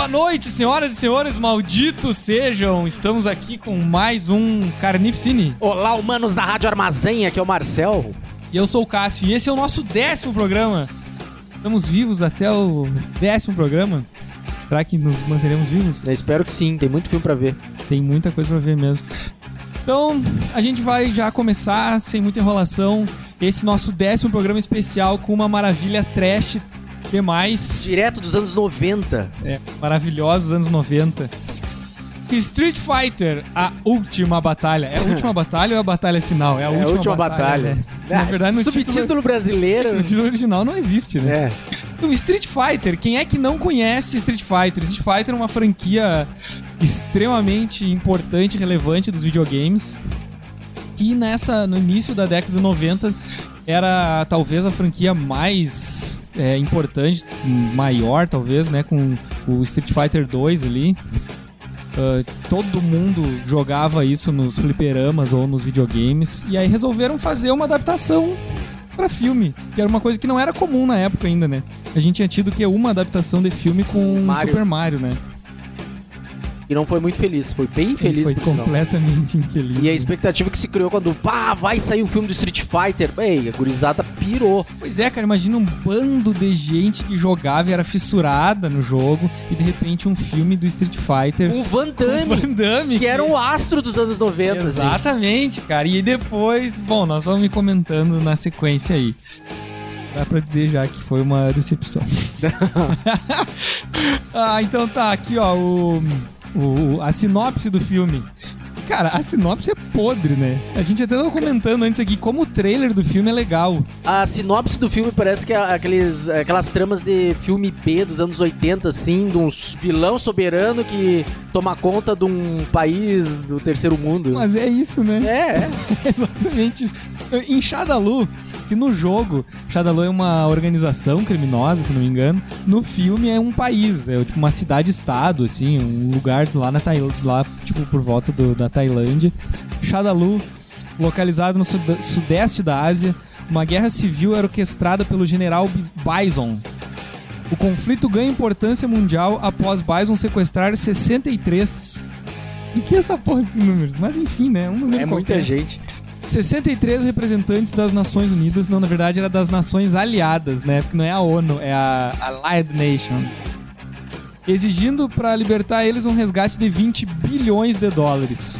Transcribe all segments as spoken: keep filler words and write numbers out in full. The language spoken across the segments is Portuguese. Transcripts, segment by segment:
Boa noite, senhoras e senhores, malditos sejam. Estamos aqui com mais um Carnificine. Olá, humanos da Rádio Armazém, aqui é o Marcel. E eu sou o Cássio, e esse é o nosso décimo programa. Estamos vivos até o décimo programa. Será que nos manteremos vivos? Eu espero que sim, tem muito filme pra ver. Tem muita coisa pra ver mesmo. Então, a gente vai já começar, sem muita enrolação, esse nosso décimo programa especial com uma maravilha trash demais. Direto dos anos noventa. É, maravilhosos anos noventa. Street Fighter, a última batalha. É a última batalha ou é a batalha final? É a é última, a última batalha. batalha. Né? Ah, Na verdade, no subtítulo título, brasileiro. no título original não existe, né? É. O Street Fighter, quem é que não conhece Street Fighter? Street Fighter é uma franquia extremamente importante e relevante dos videogames. Que nessa, no início da década de noventa era talvez a franquia mais é, importante, maior talvez, né? Com o Street Fighter dois ali. Uh, todo mundo jogava isso nos fliperamas ou nos videogames. E aí resolveram fazer uma adaptação pra filme, que era uma coisa que não era comum na época ainda, né? A gente tinha tido que uma adaptação de filme com Mario. Super Mario, né? E não foi muito feliz, foi bem infeliz. Foi por completamente sinal. infeliz. E a expectativa que se criou quando, pá, vai sair o filme do Street Fighter. Ei, a gurizada pirou. Pois é, cara, imagina um bando de gente que jogava e era fissurada no jogo, e de repente um filme do Street Fighter. O Van Damme, o Van Damme que, que era o astro dos anos noventa. Exatamente, assim. Cara. E depois, bom, nós vamos me comentando na sequência aí. Dá pra dizer já que foi uma decepção. Ah, então tá, aqui ó, o... O, a sinopse do filme. Cara, a sinopse é podre, né? A gente até tava comentando antes aqui como o trailer do filme é legal. A sinopse do filme parece que é aqueles, aquelas tramas de filme B dos anos oitenta, assim, de um vilão soberano que toma conta de um país do terceiro mundo. Mas é isso, né? É, é. Exatamente isso. Em Shadaloo, que no jogo, Shadaloo é uma organização criminosa, se não me engano. No filme é um país, é tipo uma cidade-estado, assim, um lugar lá na Tailândia, lá, tipo, por volta do, da Tailândia. Shadaloo, localizado no sud- sudeste da Ásia, uma guerra civil era orquestrada pelo general Bison. O conflito ganha importância mundial após Bison sequestrar sessenta e três. O que é essa porra desse número? Mas enfim, né? Um número é qualquer. Muita gente. sessenta e três representantes das Nações Unidas, não, na verdade era das Nações Aliadas, né? Porque não é a ONU, é a Allied Nation. Exigindo para libertar eles um resgate de vinte bilhões de dólares.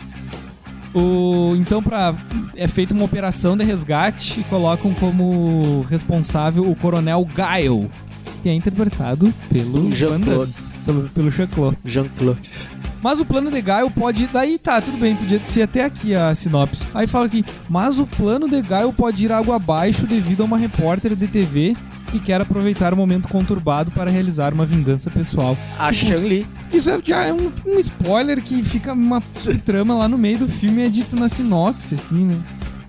O, então, pra, é feita uma operação de resgate e colocam como responsável o Coronel Guile, que é interpretado pelo Jean-Claude. Pelo, pelo Jean-Claude. Jean-Claude. Mas o plano de Guile pode... Daí tá, tudo bem, podia ser até aqui a sinopse. Aí fala aqui, mas o plano de Guile pode ir água abaixo devido a uma repórter de T V que quer aproveitar o momento conturbado para realizar uma vingança pessoal. A tipo, Chun-Li. Isso é, já é um, um spoiler que fica uma trama lá no meio do filme e é dito na sinopse, assim, né?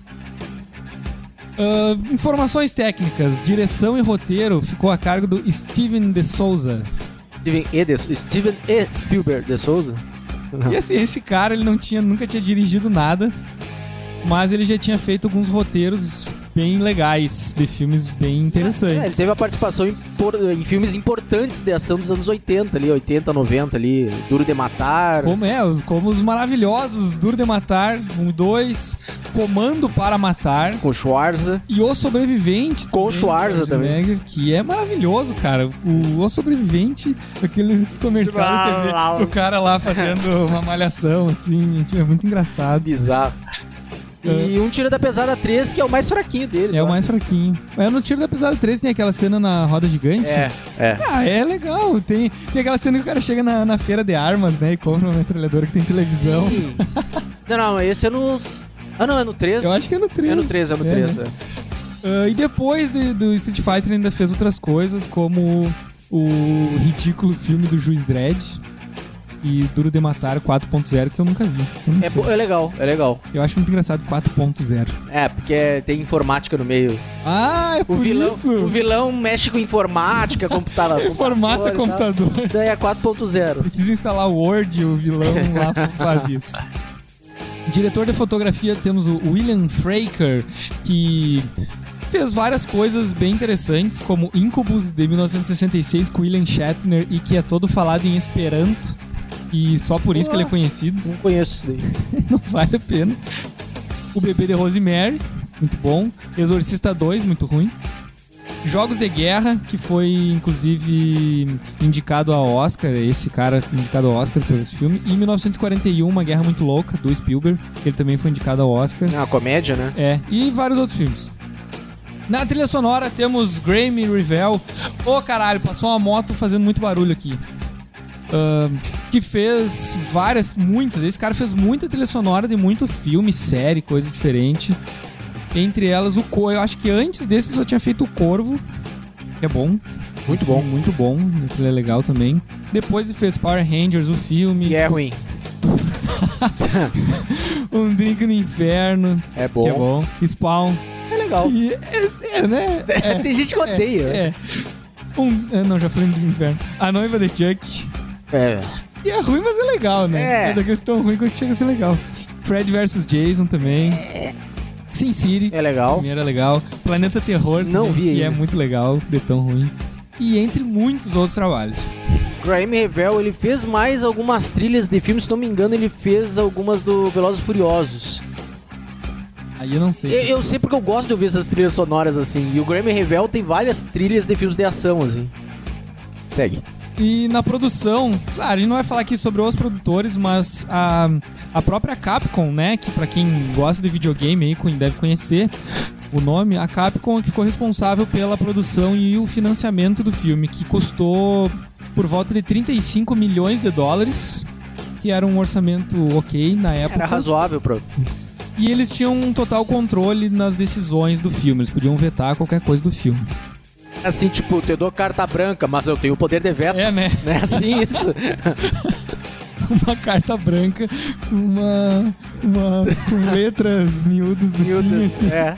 Uh, informações técnicas. Direção e roteiro ficou a cargo do Steven de Souza. Steven E. De, Steven E. Spielberg de Souza? E esse, esse cara, ele não tinha, nunca tinha dirigido nada, mas ele já tinha feito alguns roteiros bem legais, de filmes bem interessantes. É, ele teve a participação em, por, em filmes importantes de ação dos anos oitenta, ali, oitenta, noventa, ali, Duro de Matar. Como é, os, como os maravilhosos Duro de Matar, um, dois, Comando para Matar. Com Schwarza. E O Sobrevivente. Com também, Schwarza também. Mega, que é maravilhoso, cara. O O Sobrevivente, aqueles comerciais de T V, o cara lá fazendo uma malhação, assim, é muito engraçado. Bizarro. E um Tiro da Pesada três, que é o mais fraquinho deles. É ó. o mais fraquinho. Mas no Tiro da Pesada três tem aquela cena na roda gigante. É, é. Ah, é legal. Tem, tem aquela cena que o cara chega na, na feira de armas, né? E compra uma metralhadora que tem televisão. Sim. não, não, esse é no... Ah, não, é no três? Eu acho que é no três. É no três, é no três, é. Né? é. Uh, e depois de, do Street Fighter ele ainda fez outras coisas, como o ridículo filme do Juiz Dredd e Duro de Matar quatro ponto zero, que eu nunca vi. Eu é, é legal, é legal. Eu acho muito engraçado quatro ponto zero. É, porque tem informática no meio. Ah, é por o vilão, isso. O vilão mexe com informática, computador. Formata computador. Daí é quatro ponto zero. Precisa instalar o Word e o vilão lá faz isso. Diretor de fotografia temos o William Fraker, que fez várias coisas bem interessantes, como Incubus, de mil novecentos e sessenta e seis, com William Shatner, e que é todo falado em Esperanto, e só por isso Ué. que ele é conhecido. Não conheço isso daí. Não vale a pena. O Bebê de Rosemary, muito bom. Exorcista dois, muito ruim. Jogos de Guerra, que foi, inclusive, indicado ao Oscar. Esse cara indicado ao Oscar por esse filme. E em mil novecentos e quarenta e um, Uma Guerra Muito Louca, do Spielberg, que ele também foi indicado ao Oscar. É uma comédia, né? É, e vários outros filmes. Na trilha sonora temos Graeme Revell. Ô, oh, caralho, passou uma moto fazendo muito barulho aqui. Uh, que fez várias, muitas. Esse cara fez muita trilha sonora de muito filme, série, coisa diferente. Entre elas o Corvo. Eu acho que antes desse só tinha feito o Corvo, que é bom. Muito bom. Muito bom. Ele é legal também. Depois ele fez Power Rangers, o filme. E é ruim. Um Drink no Inferno. É bom. Que é bom. Spawn. É legal. E é, é, né? É, Tem gente que odeia. É. é. Um, é, não, já falei do Inferno. A Noiva de Chuck. É. E é ruim, mas é legal, né? É. É da questão ruim quando chega a ser legal. Fred versus. Jason também. É. Sin City. É legal. Primeiro é legal. Planeta Terror. Não também, vi que ainda. é muito legal, de tão ruim. E entre muitos outros trabalhos. Graeme Revell, ele fez mais algumas trilhas de filmes, se não me engano, ele fez algumas do Velozes e Furiosos. Aí eu não sei. Eu, eu sei porque eu gosto de ouvir essas trilhas sonoras, assim. E o Graeme Revell tem várias trilhas de filmes de ação, assim. Segue. E na produção, claro, a gente não vai falar aqui sobre os produtores, mas a, a própria Capcom, né, que pra quem gosta de videogame aí deve conhecer o nome, a Capcom é que ficou responsável pela produção e o financiamento do filme, que custou por volta de trinta e cinco milhões de dólares, que era um orçamento ok na época. Era razoável, pro. E eles tinham um total controle nas decisões do filme, eles podiam vetar qualquer coisa do filme. Assim, tipo, eu te dou carta branca, mas eu tenho o poder de veto. É, né? Não é assim isso? Uma carta branca, uma, uma com letras miúdas do Miúdas, fim, assim. é.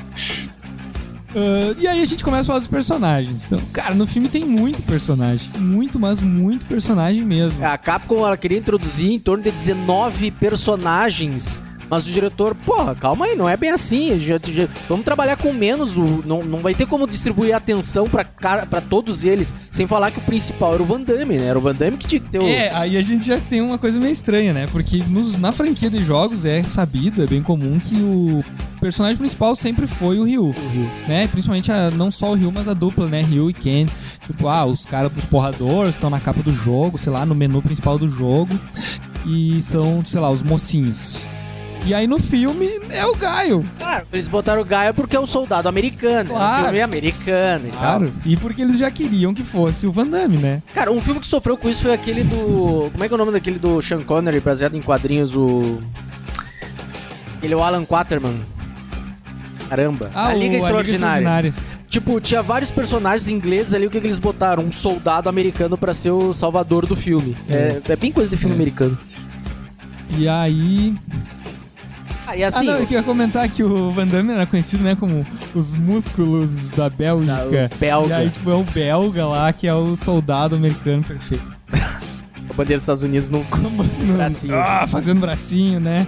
Uh, e aí a gente começa a falar dos personagens. Então, cara, no filme tem muito personagem. Muito, mas muito personagem mesmo. A Capcom, ela queria introduzir em torno de dezenove personagens. Mas o diretor, porra, calma aí, não é bem assim. Já, já, vamos trabalhar com menos. O, não, não vai ter como distribuir atenção pra, cara, pra todos eles. Sem falar que o principal era o Van Damme, né? Era o Van Damme que tinha que ter o... É, aí a gente já tem uma coisa meio estranha, né? Porque nos, na franquia de jogos é sabido, é bem comum que o personagem principal sempre foi o Ryu. o Ryu. Né? Principalmente a, não só o Ryu, mas a dupla, né? Ryu e Ken. Tipo, ah, os caras, os porradores estão na capa do jogo, sei lá, no menu principal do jogo. E são, sei lá, os mocinhos. E aí no filme é o Gaio. Claro, eles botaram o Gaia porque é um soldado americano. Claro. É um filme americano e Claro. tal. E porque eles já queriam que fosse o Van Damme, né? Cara, um filme que sofreu com isso foi aquele do... Como é que é o nome daquele do Sean Connery, baseado em quadrinhos, o... Ele é o Alan Quaterman. Caramba. Ah, a Liga o- Extraordinária. Tipo, tinha vários personagens ingleses ali, o que, que eles botaram? Um soldado americano pra ser o salvador do filme. É, é bem coisa de filme É. americano. E aí... Ah, e assim... ah, não, eu queria comentar que o Van Damme era conhecido, né, como os músculos da Bélgica. Ah, o belga. E aí, tipo, é o belga lá, que é o soldado americano perfeito. A bandeira dos Estados Unidos não... No- Bracinho. Ah, fazendo bracinho, né?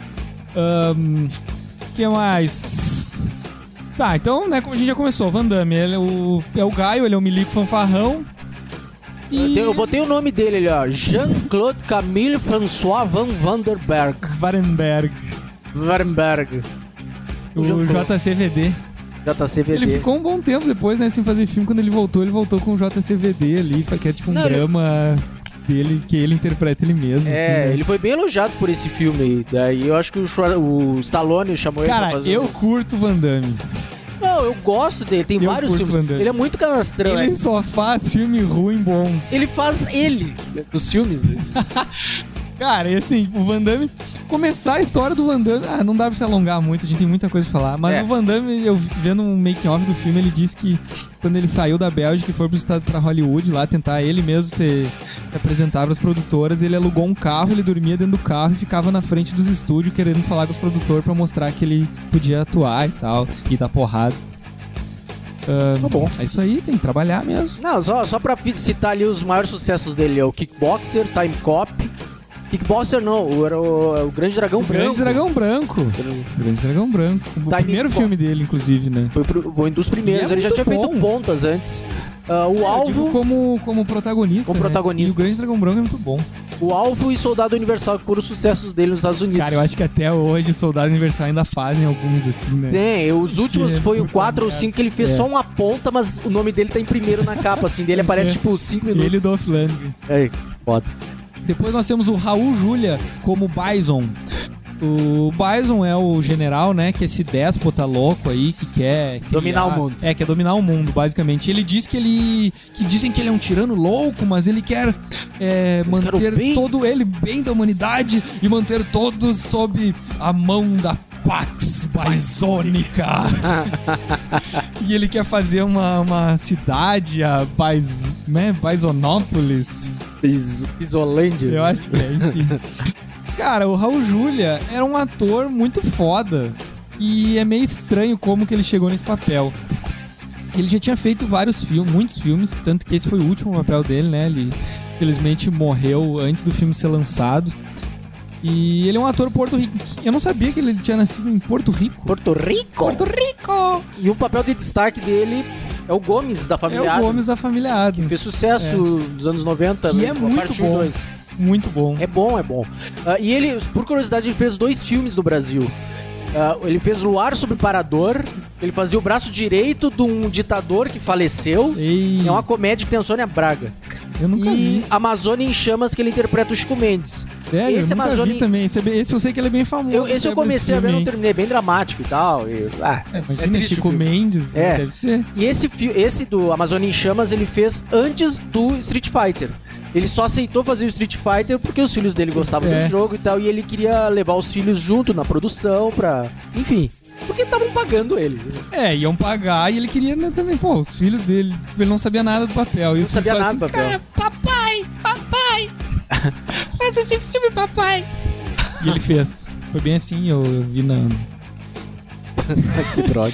O que mais? Tá, então, né, como a gente já começou, o Van Damme, ele é o, é o Gaio, ele é o milico fanfarrão. Eu, E... te- eu botei o nome dele ali, ó. Jean-Claude Camille François Van Vanderberg. Varenberg, Vandenberg. o Jean-Claude. J C V D. J C V D. Ele ficou um bom tempo depois, né, sem fazer filme. Quando ele voltou, ele voltou com o J C V D ali, que é tipo um Não, ele- drama dele, que ele interpreta ele mesmo. É, assim, né? ele foi bem elogiado por esse filme aí. Daí eu acho que o, Schwar- o Stallone chamou ele pra Cara, fazer eu um... curto Van Damme. Não, eu gosto dele. Tem Eu vários curto filmes. Van Damme. Ele é muito canastrão. Ele Ele... só faz filme ruim bom. ele faz ele nos filmes. Cara, e assim, o Van Damme... Começar a história do Van Damme... Ah, não dá pra se alongar muito, a gente tem muita coisa pra falar. Mas É. o Van Damme, eu vendo um making-off do filme, ele disse que quando ele saiu da Bélgica e foi pro estado pra Hollywood lá tentar ele mesmo se, se apresentar pras produtoras, ele alugou um carro, ele dormia dentro do carro e ficava na frente dos estúdios querendo falar com os produtores pra mostrar que ele podia atuar e tal, e dar porrada. Ah, Tá bom. É isso aí, tem que trabalhar mesmo. Não, só, só pra citar ali os maiores sucessos dele. É o Kickboxer, Time Cop, Kickboxer não, o- era o, o Grande Dragão O Branco. Grande Dragão Branco. Grande Dragão Branco. O Time primeiro Bo- filme dele, inclusive, né? Foi, pro, foi um dos primeiros, E é ele já muito tinha bom. feito pontas antes. Ah, o Eu Alvo, digo como, como protagonista. Como né? protagonista. E o Grande Dragão Branco é muito bom. o Alvo e Soldado Universal, que foram os sucessos dele nos Estados Unidos. Cara, eu acho que até hoje Soldado Universal ainda fazem alguns, assim, né? Tem, os últimos Que foi o puta quatro ou merda. cinco que ele fez É. só uma ponta, mas o nome dele tá em primeiro na capa, assim, dele aparece É. tipo cinco minutos. Ele e Dolph Lundgren. É, foda. Depois nós temos o Raul Julia como Bison. O Bison é o general, né? Que é esse déspota louco aí que quer criar- Dominar o mundo. É, quer dominar o mundo, basicamente. Ele diz que ele. Que dizem que ele é um tirano louco, mas ele quer é, quero manter bem. todo ele bem da humanidade e manter todos sob a mão da Pax Bisônica. E ele quer fazer uma, uma cidade, a Bis, né, Bisonópolis. Is- Isolândia. Eu acho que é, enfim. Cara, o Raul Julia era um ator muito foda. E é meio estranho como que ele chegou nesse papel. Ele já tinha feito vários filmes, muitos filmes, tanto que esse foi o último papel dele, né? Ele infelizmente morreu antes do filme ser lançado. E ele é um ator porto-riquenho. Eu não sabia que ele tinha nascido em Porto Rico. Porto Rico. Porto Rico! E o papel de destaque dele é o Gomes da É família o Addams, Gomes da família Addams. fez sucesso nos anos noventa. Que é com a muito parte um e bom. dois. Muito bom. É bom, é bom. Ah, e ele, por curiosidade, ele fez dois filmes no Brasil. Ah, ele fez Luar sobre Parador, ele fazia o braço direito de um ditador que faleceu. Ei, É uma comédia que tem a Sônia Braga. eu nunca E vi. Amazônia em Chamas, que ele interpreta o Chico Mendes. Sério, esse eu nunca Amazônia- vi também. Esse, é bem- esse eu sei que ele é bem famoso. Eu, esse eu até por comecei a ver, filme não terminei, bem dramático e tal. E, ah, aí. É, imagina, é triste Chico o filme. Mendes, né? É. Deve ser. E esse, fi- esse do Amazônia em Chamas ele fez antes do Street Fighter. Ele só aceitou fazer o Street Fighter porque os filhos dele gostavam É. do jogo e tal. E ele queria levar os filhos junto na produção pra... Enfim, porque estavam pagando ele. É, iam pagar e ele queria, né, também, pô, os filhos dele, ele não sabia nada do papel. E Não os filhos sabia falaram nada do papel. "Cara, papai, papai, faz esse filme, papai." E ele fez. Foi bem assim, eu, eu vi na... Que droga.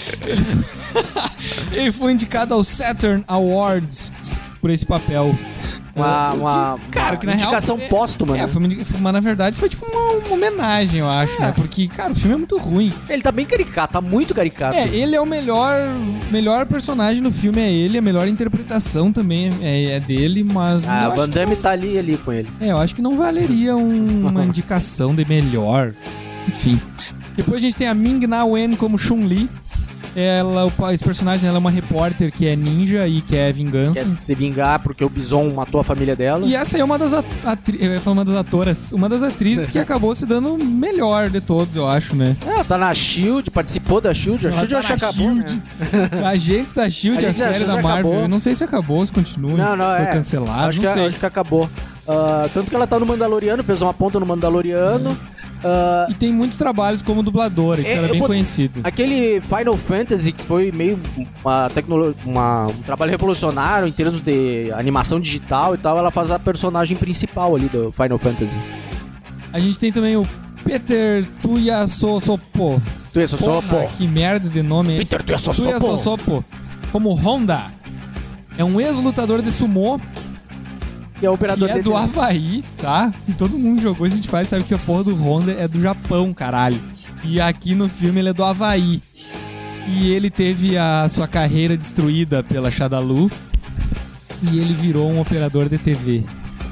Ele foi indicado ao Saturn Awards por esse papel. Uma, É, uma, que- cara, uma que na indicação real, é- póstuma, É, né? foi, uma- foi- mas na verdade foi tipo uma, uma homenagem, eu acho, É. né? Porque, cara, o filme é muito ruim. Ele tá bem caricato, tá muito caricato. É, ele é o melhor, melhor personagem no filme, é ele, a melhor interpretação também é, é dele, mas. Ah, eu o acho Van que Damme tá ali, ali com ele. É, eu acho que não valeria um- uma indicação de melhor. Enfim. Depois a gente tem a Ming Na Wen como Chun-Li. Ela, o- esse personagem ela é uma repórter que é ninja e quer vingança. Quer se vingar porque o Bison matou a família dela. E essa aí é uma das, at- atri- eu ia falar uma das atoras, uma das atrizes que acabou se dando melhor de todos, eu acho, né? Ela tá na SHIELD, participou da SHIELD. A Ela SHIELD tá acho que na acabou, Shield. né? Agentes da Shield, a Agentes da série Shield da já Marvel. acabou. Eu não sei se acabou, se continua. Não, não, foi é. cancelado, Acho que, não sei. acho que acabou. Ah, tanto que ela tá no Mandaloriano, fez uma ponta no Mandaloriano. Ah, E tem muitos trabalhos como dubladora, isso É, era eu bem bot- conhecido. aquele Final Fantasy, que foi meio uma tecnolo... uma- um trabalho revolucionário em termos de animação digital e tal, ela faz a personagem principal ali do Final Fantasy. A gente tem também o Peter Tuiasosopo. Tu é só só, pô. Que merda de nome é esse? Peter Tuiasosopo. Tuiasosopo. Como Honda. É um ex-lutador de sumô Que é o operador que é dele. do Havaí, tá? E todo mundo jogou Street Fighter sabe que a porra do Honda é do Japão, caralho. E aqui no filme ele é do Havaí. E ele teve a sua carreira destruída pela Shadalu. E ele virou um operador de T V.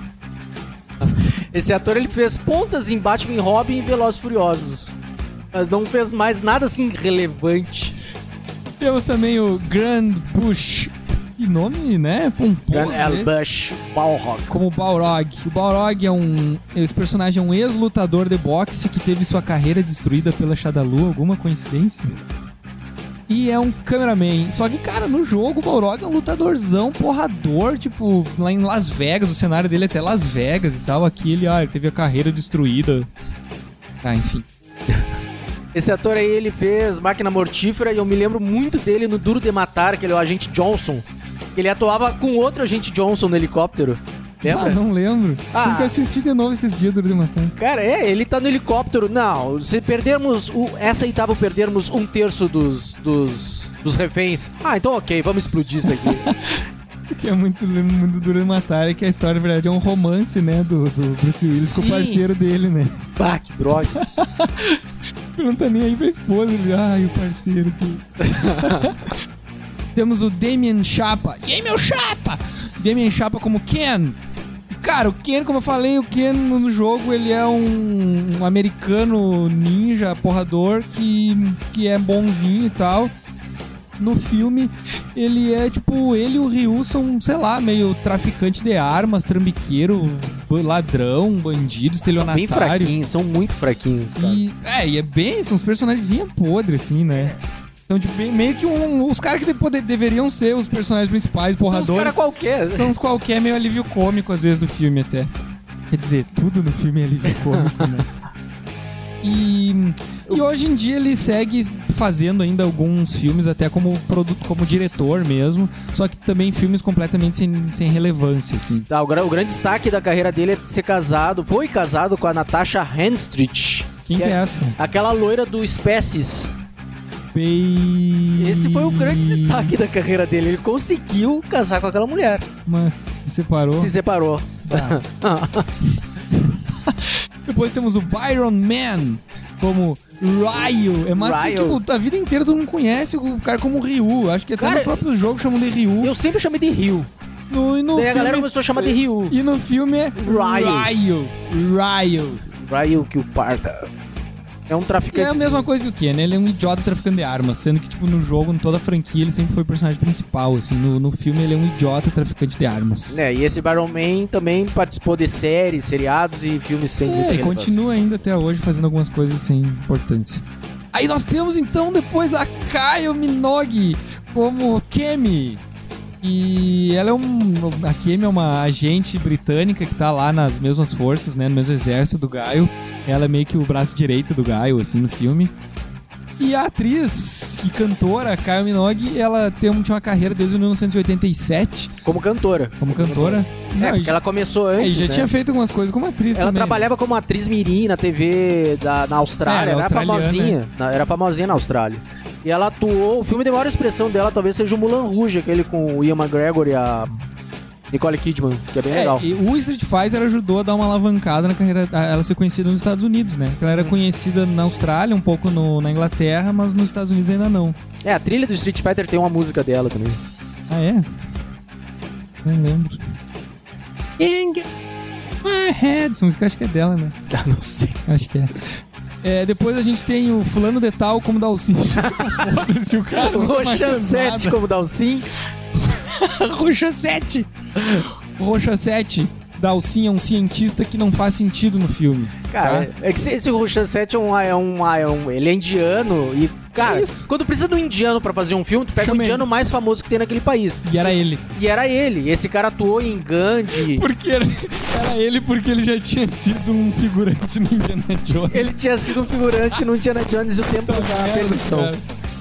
Esse ator ele fez pontas em Batman e Robin e Velozes e Furiosos. Mas não fez mais nada assim relevante. Temos também o Grand Bush. Que nome, né? Pomposo. El esse. Bush Balrog. Como o Balrog. O Balrog é um... Esse personagem é um ex-lutador de boxe que teve sua carreira destruída pela Shadalu. Alguma coincidência? E é um cameraman. Só que, cara, no jogo o Balrog é um lutadorzão, porrador. Tipo, lá em Las Vegas. O cenário dele é até Las Vegas e tal. Aqui ele, ah, ele teve a carreira destruída. Tá, enfim. Esse ator aí, ele fez Máquina Mortífera e eu me lembro muito dele no Duro de Matar, que ele é o Agente Johnson. Ele atuava com outro Agente Johnson no helicóptero. Lembra? Ah, não lembro. Ah. Tem que assistir de novo esses dias do Duro de Matar. Cara, é, ele tá no helicóptero. Não, se perdermos o, essa aí tava perdermos um terço dos, dos, dos reféns. Ah, então ok, vamos explodir isso aqui. Que é muito, muito duro de matar, é que a história, na verdade, é um romance, né, do, do Bruce Willis Sim. com o parceiro dele, né? Pá, que droga. Não tá nem aí pra esposa, ele, ai, o parceiro que... Temos o Damien Chapa. E aí, meu chapa? Damien Chapa como Ken. Cara, o Ken, como eu falei, o Ken no jogo, ele é um, um americano ninja, porrador, que, que é bonzinho e tal. No filme, ele é tipo, ele e o Ryu são, sei lá, meio traficante de armas, trambiqueiro, ladrão, bandido, estelionatário. São bem fraquinhos, são muito fraquinhos. E, é, e é bem, são uns personagens podres, assim, né? Então, tipo, bem, meio que um, os caras que de, poder, deveriam ser os personagens principais, porradores. São os caras qualquer. São os qualquer, meio alívio cômico, às vezes, do filme até. Quer dizer, tudo no filme é alívio cômico, né? E, e hoje em dia ele segue fazendo ainda alguns filmes, até como, produto, como diretor mesmo, só que também filmes completamente sem, sem relevância, assim. Tá, o, o grande destaque da carreira dele é ser casado, foi casado com a Natasha Henstridge. Quem que é, que é essa? Aquela loira do Species. Bem... Esse foi o grande destaque da carreira dele. Ele conseguiu casar com aquela mulher. Mas se separou? Se separou. Ah. Depois temos o Byron Man como Ryu. É mais que, Ryu. tipo, a vida inteira todo mundo conhece o cara como Ryu. Acho que até Cara, no próprio jogo chamam de Ryu. Eu sempre chamei de Ryu. No, e no Daí a filme, galera começou a chamar de Ryu. E no filme é Ryu. Ryu. Ryu. Ryu que o parta. É um traficante. É a mesma coisa que o Ken, né? Ele é um idiota traficando de armas. Sendo que, tipo, no jogo, em toda a franquia, ele sempre foi o personagem principal, assim. No, no filme, ele é um idiota traficante de armas. É, e esse Byron Man também participou de séries, seriados e filmes sem muita É, e relevância. continua ainda até hoje fazendo algumas coisas sem importância. Aí nós temos, então, depois a Kylie Minogue como Kemi. E ela é um... A Kemi é uma agente britânica que tá lá nas mesmas forças, né? No mesmo exército do Gaio. Ela é meio que o braço direito do Gaio, assim, no filme. E a atriz e cantora, Kylie Minogue, ela tem, tinha uma carreira desde mil novecentos e oitenta e sete. Como cantora. Como cantora. É, Não, porque e, ela começou é, e antes, já né? tinha feito algumas coisas como atriz Ela também. trabalhava como atriz mirim na T V da, na Austrália. É, era australiana, famosinha. Na- Era famosinha na Austrália. E ela atuou... O filme de maior expressão dela talvez seja o Mulan Rouge, aquele com o Ian McGregor e a Nicole Kidman, que é bem É, legal. e o Street Fighter ajudou a dar uma alavancada na carreira, a ela ser conhecida nos Estados Unidos, né? Ela era conhecida na Austrália, um pouco no, na Inglaterra, mas nos Estados Unidos ainda não. É, a trilha do Street Fighter tem uma música dela também. Ah, é? Não lembro. In my head. Essa música acho que é dela, né? Ah, não sei. Acho que é. É, depois a gente tem o fulano de tal como Dalcinho. Foda-se o cara. O nunca mais Roxan fez sete nada. como Dalcin. Roxa sete. Roxa sete. Dalcin é um cientista que não faz sentido no filme. Cara, tá? é que esse, esse Roxan sete é um, é, um, é um... Ele é indiano e... Cara, Isso. quando precisa de um indiano pra fazer um filme, tu pega Chama o indiano ele. mais famoso que tem naquele país. E era ele. E era ele. Esse cara atuou em Gandhi. Porque era, era ele porque ele já tinha sido um figurante no Indiana Jones. Ele tinha sido um figurante no Indiana Jones e o Tempo Tá da merda, Perdição. cara.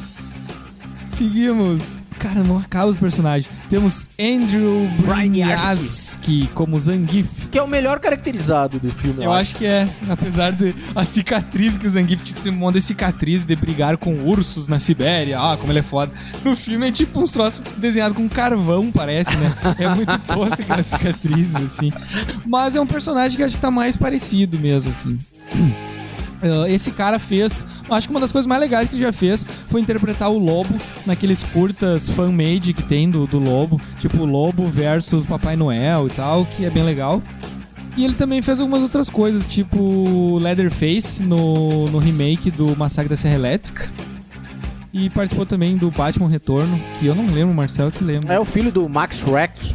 Seguimos. Cara, não acaba os personagens. Temos Andrew Braniaski como Zangief. Que é o melhor caracterizado do filme, Eu acho que é, apesar de a cicatriz que o Zangief tipo, tem um monte de cicatriz de brigar com ursos na Sibéria. Ah, como ele é foda. No filme é tipo uns troços desenhados com carvão, parece, né? É muito tosco aquela cicatriz, assim. Mas é um personagem que acho que tá mais parecido mesmo, assim. Uh, esse cara fez, acho que uma das coisas mais legais que ele já fez foi interpretar o Lobo naqueles curtas fan-made que tem do, do Lobo, tipo Lobo versus Papai Noel e tal, que é bem legal. E ele também fez algumas outras coisas, tipo Leatherface no, no remake do Massacre da Serra Elétrica. E participou também do Batman Retorno, que eu não lembro, Marcelo que lembra. É o filho do Max Schreck.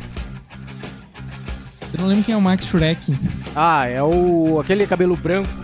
Eu não lembro quem é o Max Schreck. Ah, é o... aquele cabelo branco.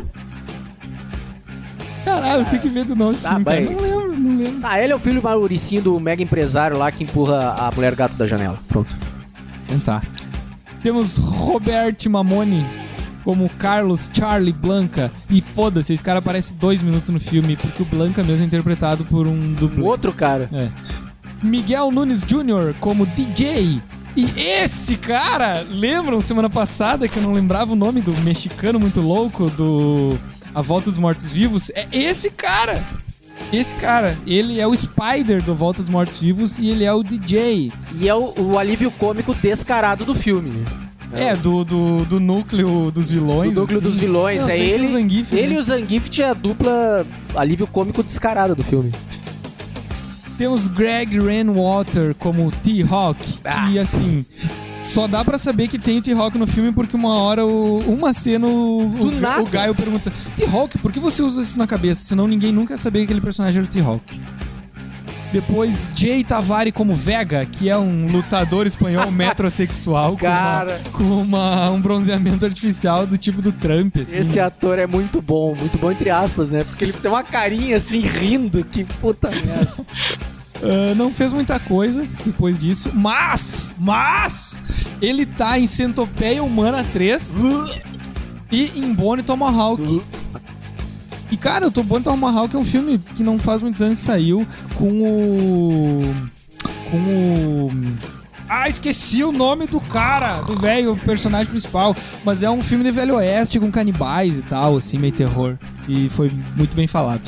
Caralho, tem que ver do nosso Tá filme, cara. bem. Não lembro, não lembro. Ah, ele é o filho Mauricinho do mega empresário lá que empurra a mulher gato da janela. Pronto. Então tá. Temos Robert Mamoni como Carlos Charlie Blanca. E foda-se, esse cara aparece dois minutos no filme, porque o Blanca mesmo é interpretado por um O dublê. outro cara. É. Miguel Nunes Júnior como D J. E esse cara, lembram semana passada que eu não lembrava o nome do mexicano muito louco do A Volta dos Mortos Vivos? É esse cara! Esse cara, ele é o Spider do Volta dos Mortos-Vivos e ele é o D J. E é o, o alívio cômico descarado do filme. É, do, do, do núcleo dos vilões. Do núcleo assim. dos vilões. Não, é ele, o Zangief, ele né? e o Zangief é a dupla alívio cômico descarada do filme. Temos Greg Rainwater como T-Hawk. Ah. E assim, só dá pra saber que tem o T-Hawk no filme porque uma hora, o, uma cena, o, Do o, nada. o Gaio pergunta: T-Hawk, por que você usa isso na cabeça? Senão ninguém nunca ia saber que aquele personagem era o T-Hawk. Depois, Jay Tavari como Vega, que é um lutador espanhol metrosexual Cara. com, uma, com uma, um bronzeamento artificial do tipo do Trump. Assim. Esse ator é muito bom, muito bom entre aspas, né? Porque ele tem uma carinha assim, rindo, que puta merda. Uh, não fez muita coisa depois disso, mas, mas, ele tá em Centopeia Humana três e em Bone Tomahawk. E, cara, o Bone Tomahawk é um filme que não faz muitos anos que saiu com o... com o... Ah, esqueci o nome do cara, do velho, o personagem principal. Mas é um filme de Velho Oeste com canibais e tal, assim, meio terror. E foi muito bem falado.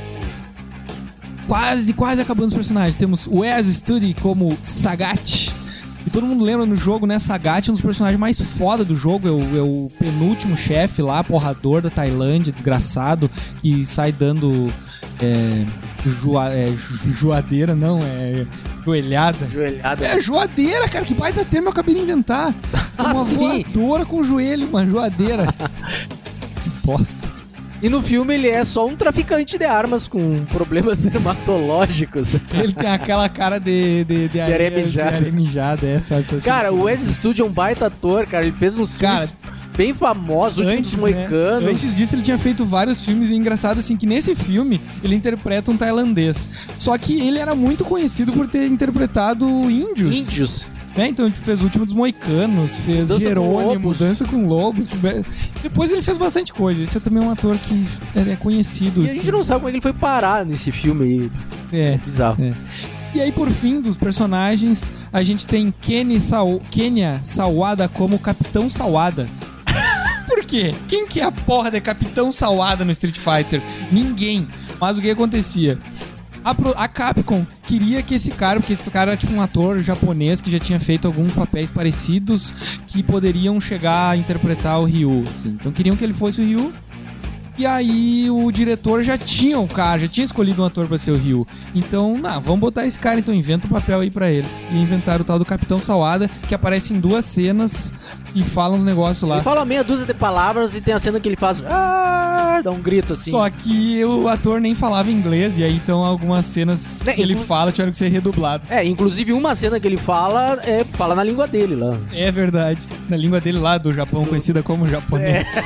Quase, quase acabando os personagens. Temos o Wes Studi como Sagat. E todo mundo lembra no jogo, né? Sagat é um dos personagens mais foda do jogo. É o, é o penúltimo chefe lá, porrador da Tailândia, desgraçado, que sai dando é, joa, é, joadeira, não, é joelhada. Joelhada. É joadeira, cara, que baita termo eu acabei de inventar. Uma Ah, sim. voadora com joelho, uma joadeira. Que bosta. E no filme ele é só um traficante de armas com problemas dermatológicos. Ele tem aquela cara de, de, de, areia, areia mijada. de areia mijada, é, sabe? Cara, o Wes Studi é um baita ator, cara. Ele fez uns Cara, filmes bem famosos, Últimos Antes, né? Moicanos. Antes disso ele tinha feito vários filmes e é engraçado assim que nesse filme ele interpreta um tailandês. Só que ele era muito conhecido por ter interpretado índios. Índios. Né? Então ele fez o Último dos Moicanos, fez Dança com Jerônimo, Lobos. Dança com Lobos. Depois ele fez bastante coisa. Esse é também um ator que é conhecido. E a gente não sabe como é que ele foi parar nesse filme aí. É. Bizarro. É. E aí, por fim, dos personagens, a gente tem Kenny Saw... Kenya Sawada como Capitão Sawada. Por quê? Quem que é a porra de Capitão Sawada no Street Fighter? Ninguém. Mas o que acontecia? A, Pro... a Capcom queria que esse cara, porque esse cara era tipo um ator japonês que já tinha feito alguns papéis parecidos que poderiam chegar a interpretar o Ryu. Assim. Então queriam que ele fosse o Ryu. E aí o diretor já tinha o cara, já tinha escolhido um ator pra ser o Ryu. Então, não, vamos botar esse cara, então inventa um papel aí pra ele. E inventaram o tal do Capitão Sawada, que aparece em duas cenas e fala uns negócios lá. Ele fala meia dúzia de palavras e tem a cena que ele faz... Ah, dá um grito assim. Só que o ator nem falava inglês, e aí então algumas cenas É, que ele inclu- fala tiveram que ser redubladas. É, inclusive uma cena que ele fala é fala na língua dele lá. É verdade. Na língua dele lá do Japão, conhecida como japonês. É.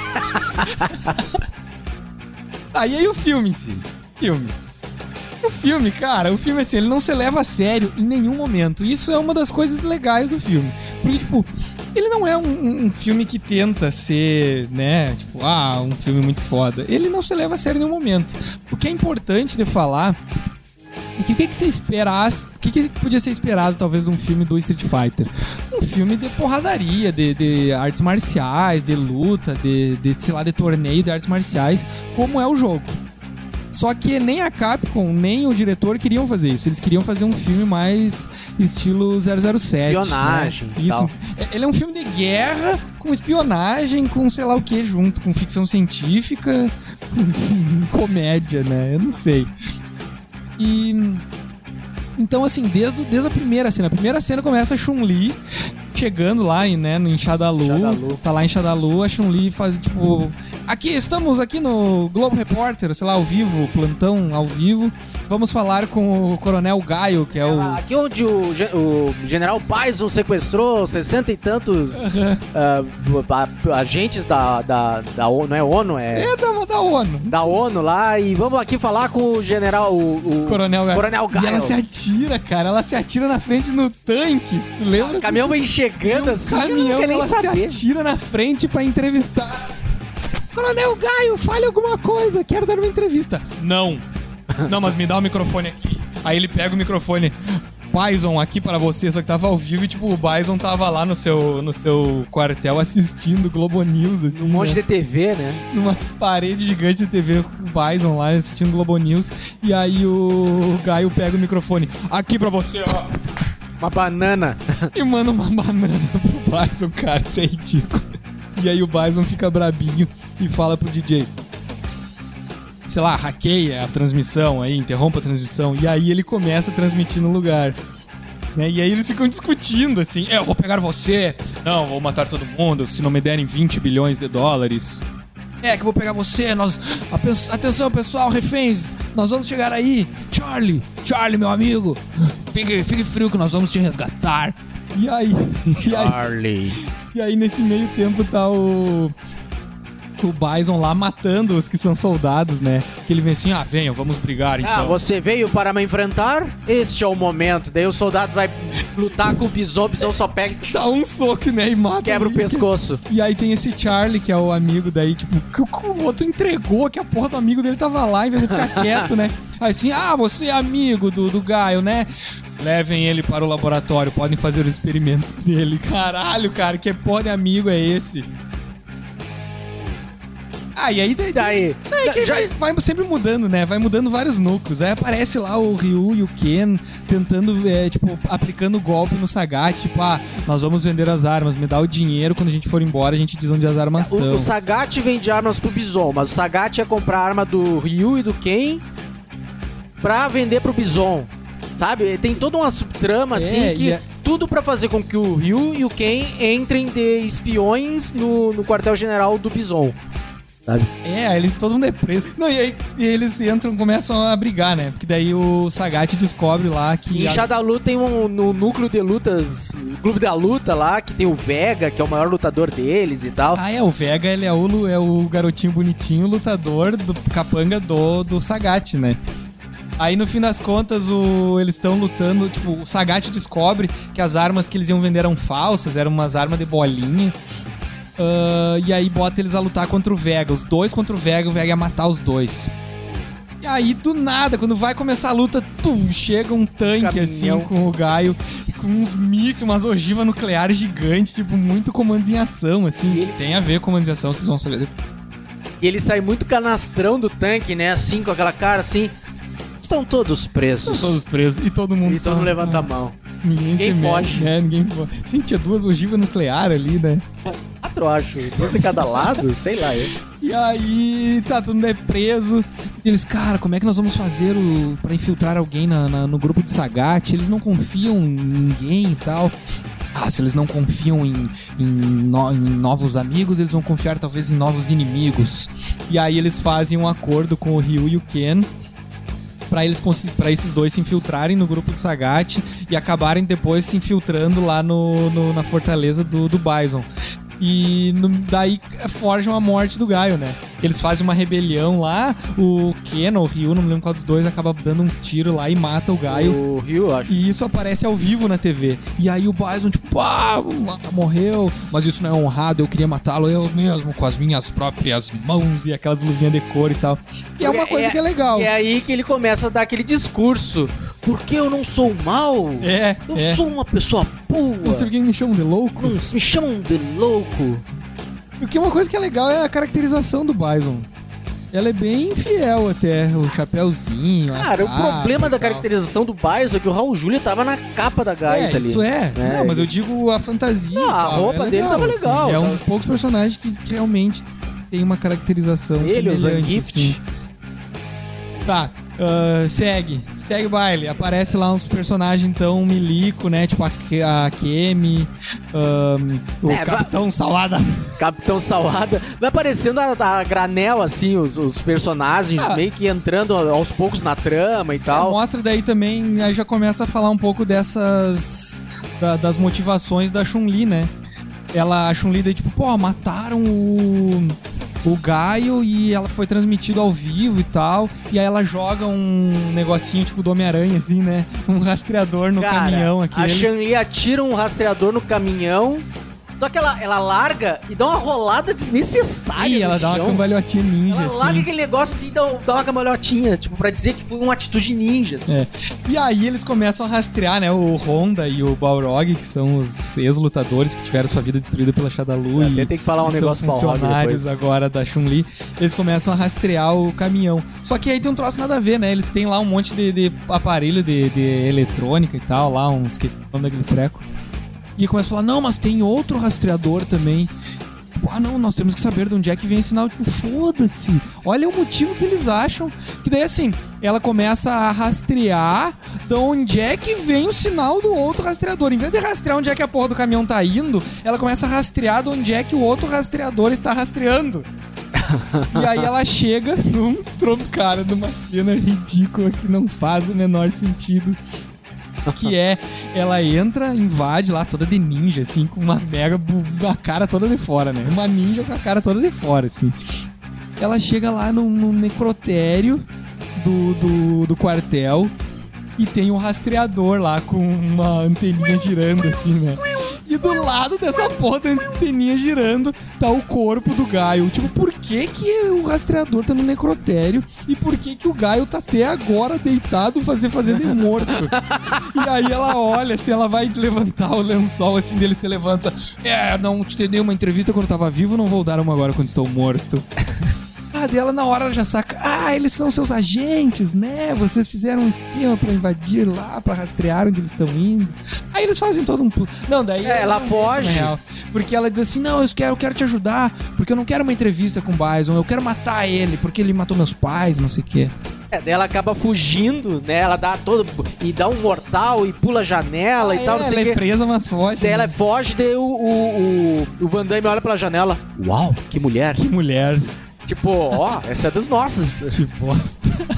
Ah, e aí o filme em si? Filme. O filme, cara, o filme assim, ele não se leva a sério em nenhum momento. Isso é uma das coisas legais do filme. Porque, tipo, ele não é um, um- um filme que tenta ser, né, tipo, ah, um filme muito foda. Ele não se leva a sério em nenhum momento. O que é importante de falar é que o que, que você esperasse, o que, que podia ser esperado, talvez, de um filme do Street Fighter? Um filme de porradaria, de, de artes marciais, de luta, de, de, sei lá, de torneio de artes marciais, como é o jogo. Só que nem a Capcom, nem o diretor queriam fazer isso. Eles queriam fazer um filme mais estilo zero zero sete. Espionagem né? e tal. Isso. É- Ele é um filme de guerra, com espionagem, com sei lá o que junto, com ficção científica, com comédia, né? Eu não sei. E... Então, assim, desde, o- desde a primeira cena. A primeira cena começa a Chun-Li chegando lá em, né, no em Shadalu. Shadalu. Tá lá em Shadalu, a Chun-Li faz, tipo... Aqui, estamos aqui no Globo Repórter, sei lá, ao vivo, plantão ao vivo. Vamos falar com o Coronel Gaio, que é o... Aqui onde o, ge- o General Bison sequestrou sessenta e tantos ah, a- agentes da, da, da ONU, não é ONU, é... É da, da ONU. Da ONU lá, e vamos aqui falar com o general, o, o Coronel Gaio. Coronel E ela Gaio. se atira, cara. Ela se atira na frente no tanque. Tu lembra? O caminhão vem Tem chegando um assim, eu não caminhão, quero nem ela saber. se atira na frente pra entrevistar. Coronel Gaio, fale alguma coisa. Quero dar uma entrevista. Não. Não, mas me dá o microfone aqui. Aí ele pega o microfone. Bison aqui para você, só que tava ao vivo e, tipo, o Bison tava lá no seu, no seu quartel assistindo Globo News, assim, Um monte né? de T V, né? Numa parede gigante de T V com o Bison lá assistindo Globo News. E aí o Gaio pega o microfone. Aqui pra você, ó. Uma banana. E manda uma banana pro Bison, cara. Isso é ridículo. E aí o Bison fica brabinho e fala pro D J. Sei lá, hackeia a transmissão aí, interrompa a transmissão. E aí ele começa a transmitir no lugar. Né? E aí eles ficam discutindo, assim. É, eu vou pegar você. Não, vou matar todo mundo se não me derem vinte bilhões de dólares. É, que eu vou pegar você. Nós... Atenção, pessoal, reféns. Nós vamos chegar aí. Charlie, Charlie, meu amigo. Fique, fique frio que nós vamos te resgatar. E aí... E aí, Charlie. e aí nesse meio tempo tá o... O Bison lá matando os que são soldados, né? Que ele vem assim, ah, venham, vamos brigar então. Ah, você veio para me enfrentar? Este é o momento. Daí o soldado vai lutar com o Bison, o Bison só pega e Dá um soco, né? E mata. quebra o ele. pescoço. E aí tem esse Charlie, que é o amigo daí, tipo, que o o outro entregou que a porra do amigo dele tava lá, em vez de ficar quieto, né? Aí assim, ah, você é amigo do, do Gaio, né? Levem ele para o laboratório, podem fazer os experimentos dele. Caralho, cara, que porra de amigo é esse? Ah, e aí daí, Daí, daí que já- vai, vai sempre mudando, né? Vai mudando vários núcleos. Aí aparece lá o Ryu e o Ken tentando, é, tipo, aplicando golpe no Sagat. Tipo, ah, nós vamos vender as armas, me dá o dinheiro, quando a gente for embora a gente diz onde as armas O, estão. o Sagat vende armas pro Bison, mas o Sagat ia comprar a arma do Ryu e do Ken pra vender pro Bison. Sabe? Tem toda uma subtrama, assim, É, que e a- tudo pra fazer com que o Ryu e o Ken entrem de espiões no, no quartel-general do Bison. Sabe? É, aí ele, todo mundo é preso. Não, e aí e eles entram, começam a brigar, né? Porque daí o Sagat descobre lá que... E em as- Shadowlu tem um no núcleo de lutas, clube da luta lá, que tem o Vega, que é o maior lutador deles e tal. Ah, é, o Vega, ele é o, lu- é o garotinho bonitinho, lutador do capanga do, do Sagat, né? Aí no fim das contas o, eles estão lutando, tipo, o Sagat descobre que as armas que eles iam vender eram falsas, eram umas armas de bolinha. Ah, e aí bota eles a lutar contra o Vega, os dois contra o Vega, o Vega ia matar os dois. E aí, do nada, quando vai começar a luta, tum, chega um tanque, Caminhão. assim, com o Gaio, com uns mísseis, umas ogivas nucleares gigantes, tipo, muito comandos em ação, assim. E ele- Tem a ver com comandos em ação, vocês vão saber. E ele sai muito canastrão do tanque, né? Assim, com aquela cara assim. Estão todos presos. Estão todos presos, e todo mundo E todo mundo só- levanta a mão. Ninguém, Ninguém se mexe, foge. né? Ninguém foge. Sim, tinha duas ogivas nucleares ali, né? Quatro, acho. Duas em cada lado, sei lá. Eu. E aí, tá, todo mundo é preso. E eles, cara, como é que nós vamos fazer o, pra infiltrar alguém na, na- no grupo de Sagat? Eles não confiam em ninguém e tal. Ah, se eles não confiam em, em, no- em novos amigos, eles vão confiar talvez em novos inimigos. E aí eles fazem um acordo com o Ryu e o Ken pra eles cons- pra esses dois se infiltrarem no grupo do Sagat e acabarem depois se infiltrando lá no, no- na fortaleza do, do Bison. E no- daí forjam a morte do Gaio, né? Eles fazem uma rebelião lá, o Ken ou o Ryu, não me lembro qual dos dois, acaba dando uns tiros lá e mata o Gaio. O Ryu, acho. E isso aparece ao vivo na T V. E aí o Bison, tipo, pá, morreu, mas isso não é honrado, eu queria matá-lo eu mesmo, com as minhas próprias mãos e aquelas luvinhas de cor e tal. E é uma coisa que é legal. E é aí que ele começa a dar aquele discurso. Porque eu não sou mal? É, Eu é. sou uma pessoa boa. Não sei por que me chamam de louco. Não, me chamam de louco. O que é uma coisa que é legal é a caracterização do Bison. Ela é bem fiel até, o chapéuzinho, a Cara, o capa problema e da tal. caracterização do Bison é que o Raul Júlia tava na capa da gaita É, ali. isso é. É, Não, mas ele- eu digo a fantasia. Não, e a tal, roupa é dele tava legal, assim. É um tá? dos poucos personagens que realmente tem uma caracterização Ele, o semelhante, Zangief. assim. Tá, ah, segue. Segue o baile. Aparece lá uns personagens, então, milico, né? Tipo a, Ke- a Kemi, ahn, o É, Capitão Salada. Capitão Salada. Vai aparecendo a, a granel, assim, os, os personagens Ah. meio que entrando aos poucos na trama e tal. Mostra daí também, aí já começa a falar um pouco dessas... da- das motivações da Chun-Li, né? Ela, a Chun-Li daí tipo, pô, mataram o... o Gaio e ela foi transmitido ao vivo e tal. E aí ela joga um negocinho tipo do Homem-Aranha, assim, né? Um rastreador no Cara, caminhão a aquele. Chun-Li atira um rastreador no caminhão. Só que ela, ela larga e dá uma rolada desnecessária. Ih, no ela dá uma chão. cambalhotinha ninja, Ela assim. larga aquele negócio assim e dá, dá uma cambalhotinha, tipo, pra dizer que foi uma atitude ninja. Assim. É. E aí eles começam a rastrear, né, o Honda e o Balrog, que são os ex-lutadores que tiveram sua vida destruída pela Shadalu. Até e tem que falar um são negócio pra funcionários agora da Chun-Li. Eles começam a rastrear o caminhão. Só que aí tem um troço nada a ver, né? Eles têm lá um monte de, de aparelho de, de eletrônica e tal, lá, uns questão daqueles trecos. E começa a falar, não, mas tem outro rastreador também. Ah, não, nós temos que saber de onde é que vem esse sinal. Tipo, foda-se. Olha o motivo que eles acham. Que daí, assim, ela começa a rastrear de onde é que vem o sinal do outro rastreador. Em vez de rastrear onde é que a porra do caminhão tá indo, ela começa a rastrear de onde é que o outro rastreador está rastreando. E aí ela chega num tronco, cara, numa cena ridícula que não faz o menor sentido. Que é, ela entra, invade lá toda de ninja, assim, com uma mega, uma cara toda de fora, né? Uma ninja com a cara toda de fora, assim. Ela chega lá no, no necrotério do, do, do quartel e tem um rastreador lá com uma anteninha girando, assim, né? E do lado dessa porra da anteninha girando tá o corpo do Gaio. Tipo, por que que o rastreador tá no necrotério? E por que que o Gaio tá até agora deitado fazer, fazendo ele morto? E aí ela olha, assim, ela vai levantar o lençol, assim, dele se levanta. É, não te dei uma entrevista quando eu tava vivo, não vou dar uma agora quando estou morto. Ah, dela na hora ela já saca. Ah, eles são seus agentes, né? Vocês fizeram um esquema pra invadir lá, pra rastrear onde eles estão indo. Aí eles fazem todo um... Não, daí... É, ela não foge. na real. Porque ela diz assim, não, eu quero, eu quero te ajudar, porque eu não quero uma entrevista com o Bison, eu quero matar ele, porque ele matou meus pais, não sei o quê. É, daí ela acaba fugindo, né? Ela dá todo... E dá um mortal e pula a janela Ah, e tal, é, não sei o ela quê. é presa, mas foge. Daí ela né? foge, daí o, o, o, o Van Damme olha pela janela. Uau, que mulher. Que mulher. Tipo, ó, essa é das nossas. Que bosta.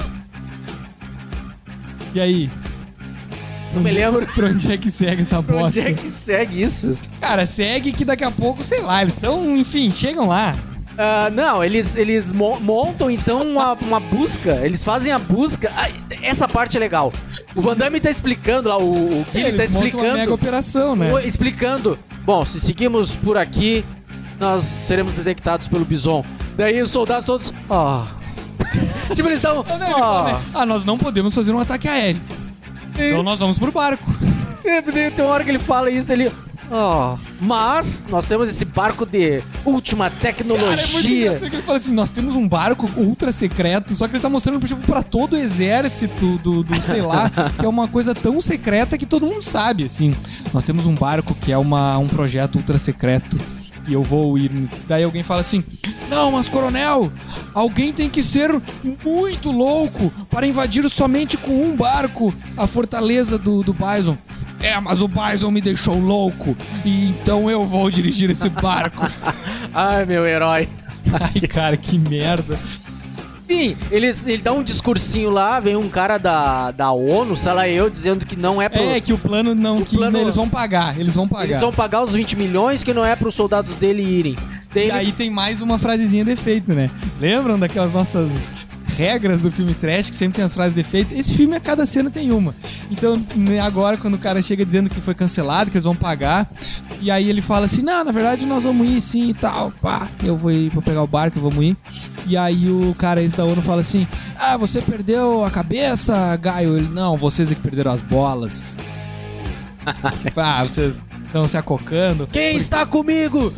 E aí? Não me lembro. Pra onde é que segue essa Pra bosta? onde é que segue isso? Cara, segue que daqui a pouco, sei lá, eles estão, enfim, chegam lá. Ah, não, eles, eles mo- montam então uma, uma busca. Eles fazem a busca. Ah, essa parte é legal. O Van Damme tá explicando lá, o, o Guilherme tá Eles montam uma mega explicando. operação, né? o- Explicando. Bom, se seguimos por aqui, nós seremos detectados pelo Bison. Daí os soldados todos. Ó. Tipo, eles estão. Ah, não, ele fala, né? Ah, nós não podemos fazer um ataque aéreo. Então nós vamos pro barco. Tem uma hora que ele fala isso, ele. Ó. Mas nós temos esse barco de última Cara, é muito tecnologia. engraçado que ele fala assim, nós temos um barco ultra secreto, só que ele tá mostrando tipo, pra todo o exército do, do, sei lá, que é uma coisa tão secreta que todo mundo sabe, assim. Nós temos um barco que é uma, um projeto ultra secreto. E eu vou ir. Daí alguém fala assim: não, mas coronel, alguém tem que ser muito louco para invadir somente com um barco a fortaleza do, do Bison. É, mas o Bison me deixou louco, e então eu vou dirigir esse barco. Ai, meu herói. Ai, cara, que merda. Enfim, eles, ele dá um discursinho lá, vem um cara da, da ONU, sei lá eu, dizendo que não é pro... É, que o plano não. Que plano- eles vão pagar, eles vão pagar. Eles vão pagar os vinte milhões que não é pros soldados dele irem. Daí E ele- aí tem mais uma frasezinha de efeito, né? Lembram daquelas nossas regras do filme trash, que sempre tem as frases de efeito? Esse filme, a cada cena tem uma. Então, né, agora, quando o cara chega dizendo que foi cancelado, que eles vão pagar, e aí ele fala assim, não, na verdade nós vamos ir sim e tal, pá, eu vou ir pra pegar o barco, vamos ir. E aí o cara esse da ONU fala assim, ah, você perdeu a cabeça, Gaio? Ele, não, vocês é que perderam as bolas. Tipo, ah, vocês estão se acocando. Quem está comigo?